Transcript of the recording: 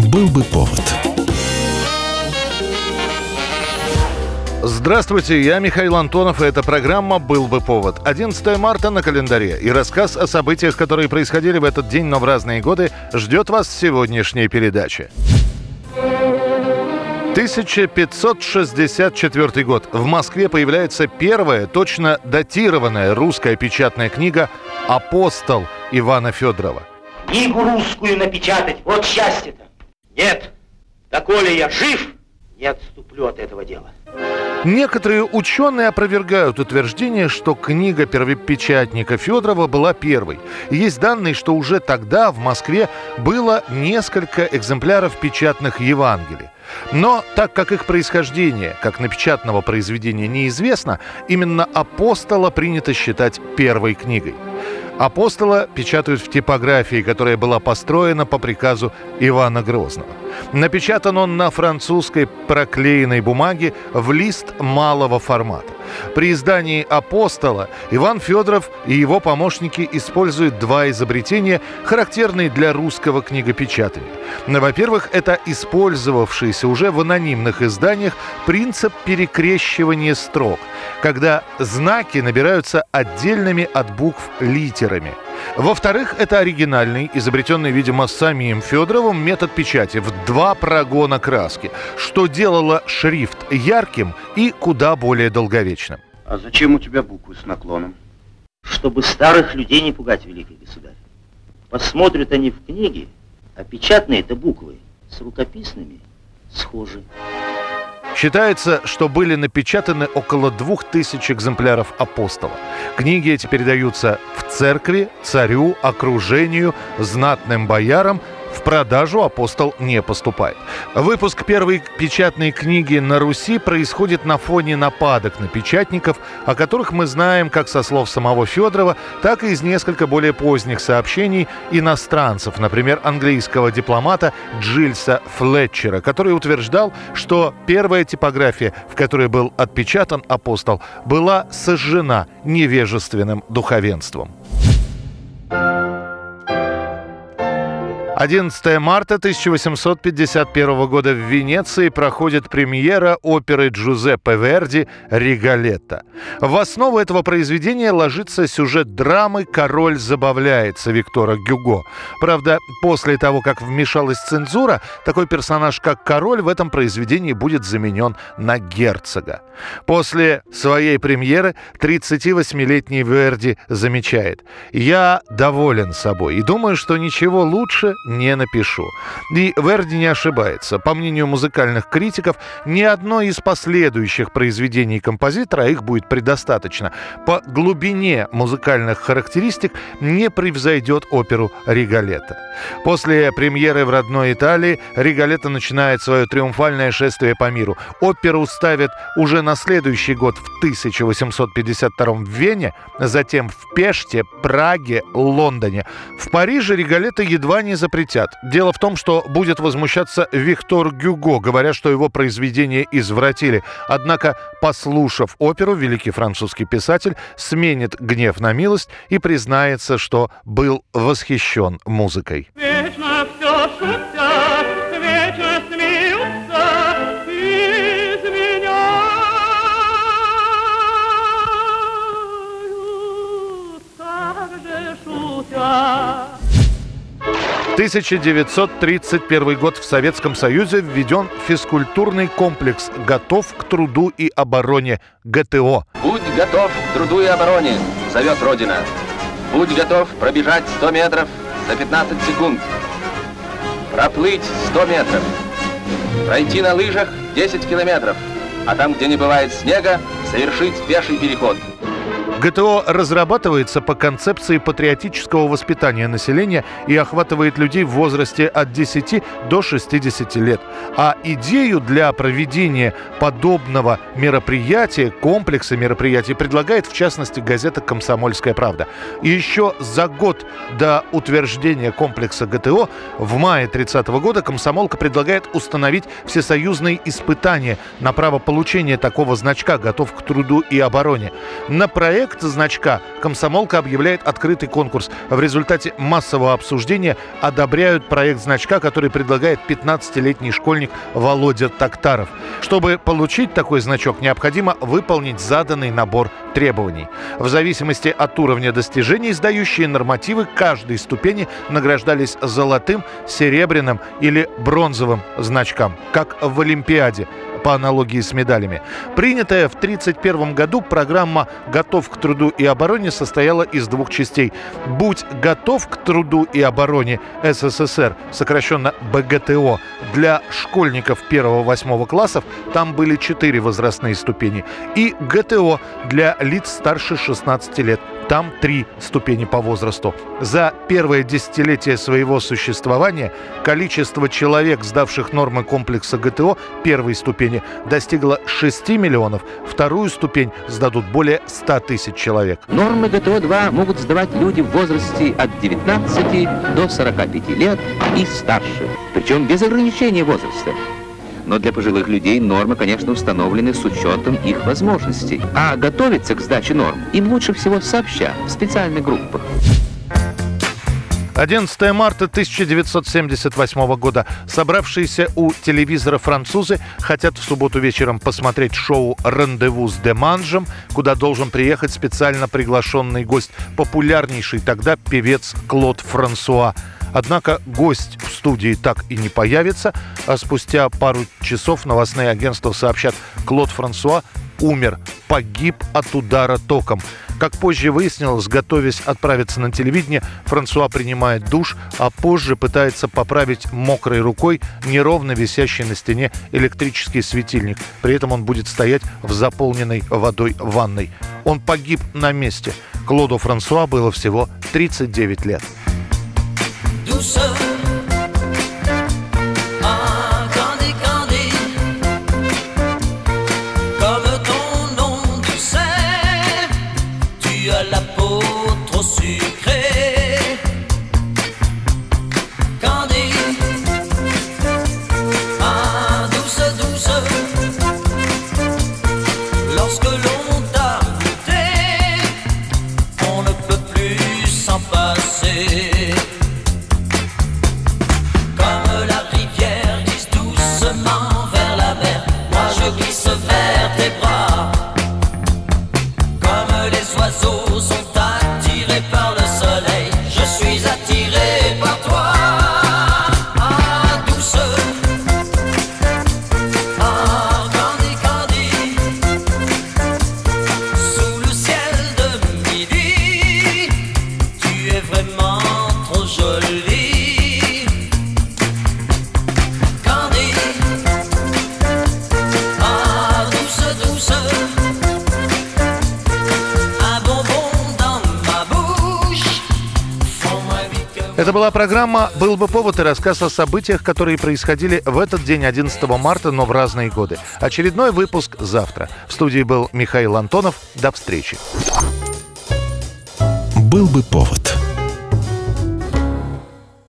Был бы повод. Здравствуйте, я Михаил Антонов, и эта программа «Был бы повод». 11 марта на календаре, и рассказ о событиях, которые происходили в этот день, но в разные годы, ждет вас в сегодняшней передаче. 1564 год. В Москве появляется первая, точно датированная русская печатная книга «Апостол» Ивана Федорова. Книгу русскую напечатать, вот счастье-то. Нет, доколе я жив, не отступлю от этого дела. Некоторые ученые опровергают утверждение, что книга первопечатника Федорова была первой. Есть данные, что уже тогда в Москве было несколько экземпляров печатных Евангелий. Но так как их происхождение, как напечатанного произведения, неизвестно, именно «Апостола» принято считать первой книгой. «Апостола» печатают в типографии, которая была построена по приказу Ивана Грозного. Напечатан он на французской проклеенной бумаге в лист малого формата. При издании «Апостола» Иван Федоров и его помощники используют два изобретения, характерные для русского книгопечатания. Во-первых, это использовавшийся уже в анонимных изданиях принцип перекрещивания строк, когда знаки набираются отдельными от букв литерами. Во-вторых, это оригинальный, изобретенный, видимо, самим Федоровым метод печати в два прогона краски, что делало шрифт ярким и куда более долговечным. А зачем у тебя буквы с наклоном? Чтобы старых людей не пугать, великий государь. Посмотрят они в книге, а печатные-то буквы с рукописными схожи. Считается, что были напечатаны около 2000 экземпляров «Апостола». Книги эти передаются в церкви, царю, окружению, знатным боярам. В продажу «Апостол» не поступает. Выпуск первой печатной книги на Руси происходит на фоне нападок на печатников, о которых мы знаем как со слов самого Федорова, так и из несколько более поздних сообщений иностранцев, например, английского дипломата Джильса Флетчера, который утверждал, что первая типография, в которой был отпечатан «Апостол», была сожжена невежественным духовенством. 11 марта 1851 года в Венеции проходит премьера оперы Джузеппе Верди «Риголетто». В основу этого произведения ложится сюжет драмы «Король забавляется» Виктора Гюго. Правда, после того, как вмешалась цензура, такой персонаж, как король, в этом произведении будет заменен на герцога. После своей премьеры 38-летний Верди замечает: «Я доволен собой и думаю, что ничего лучше не напишу». И Верди не ошибается. По мнению музыкальных критиков, ни одно из последующих произведений композитора, а их будет предостаточно, по глубине музыкальных характеристик не превзойдет оперу «Риголетто». После премьеры в родной Италии «Риголетто» начинает свое триумфальное шествие по миру. Оперу ставят уже на следующий год в 1852 в Вене, затем в Пеште, Праге, Лондоне. В Париже «Риголетто» едва не запретят. Дело в том, что будет возмущаться Виктор Гюго, говоря, что его произведение извратили. Однако, послушав оперу, великий французский писатель сменит гнев на милость и признается, что был восхищен музыкой. Вечно все шутят, вечно смеются из меня. Как же шутят. 1931 год. В Советском Союзе введен физкультурный комплекс «Готов к труду и обороне» ГТО. Будь готов к труду и обороне, зовет Родина. Будь готов пробежать 100 метров за 15 секунд. Проплыть 100 метров. Пройти на лыжах 10 километров. А там, где не бывает снега, совершить пеший переход. ГТО разрабатывается по концепции патриотического воспитания населения и охватывает людей в возрасте от 10 до 60 лет. А идею для проведения подобного мероприятия, комплекса мероприятий, предлагает, в частности, газета «Комсомольская правда». И еще за год до утверждения комплекса ГТО в мае 30-го года «Комсомолка» предлагает установить всесоюзные испытания на право получения такого значка «Готов к труду и обороне». На проект проект значка комсомолка объявляет открытый конкурс. В результате массового обсуждения одобряют проект значка, который предлагает 15-летний школьник Володя Токтаров. Чтобы получить такой значок, необходимо выполнить заданный набор требований. В зависимости от уровня достижений сдающие нормативы каждой ступени награждались золотым, серебряным или бронзовым значкам, как в Олимпиаде, по аналогии с медалями. Принятая в 1931 году программа «Готов к труду и обороне» состояла из двух частей. «Будь готов к труду и обороне СССР», сокращенно БГТО, для школьников 1-8 классов, там были 4 возрастные ступени, и ГТО для лиц старше 16 лет. Там 3 ступени по возрасту. За первое десятилетие своего существования количество человек, сдавших нормы комплекса ГТО первой ступени, достигло 6 миллионов. Вторую ступень сдадут более 100 тысяч человек. Нормы ГТО-2 могут сдавать люди в возрасте от 19 до 45 лет и старше. Причем без ограничения возраста. Но для пожилых людей нормы, конечно, установлены с учетом их возможностей. А готовиться к сдаче норм им лучше всего сообща, в специальных группах. 11 марта 1978 года. Собравшиеся у телевизора французы хотят в субботу вечером посмотреть шоу «Рандеву с Деманжем», куда должен приехать специально приглашенный гость, популярнейший тогда певец Клод Франсуа. Однако гость в студии так и не появится, а спустя пару часов новостные агентства сообщат: Клод Франсуа умер, погиб от удара током. Как позже выяснилось, готовясь отправиться на телевидение, Франсуа принимает душ, а позже пытается поправить мокрой рукой неровно висящий на стене электрический светильник. При этом он будет стоять в заполненной водой ванной. Он погиб на месте. Клоду Франсуа было всего 39 лет. Douceur, ah, Candy, Candy, comme ton nom tu sais, tu as la peau trop sucrée. Candy, ah, douce, douce, lorsque l'on t'a goûté, on ne peut plus s'en passer. Это была программа «Был бы повод» и рассказ о событиях, которые происходили в этот день, 11 марта, но в разные годы. Очередной выпуск завтра. В студии был Михаил Антонов. До встречи. «Был бы повод».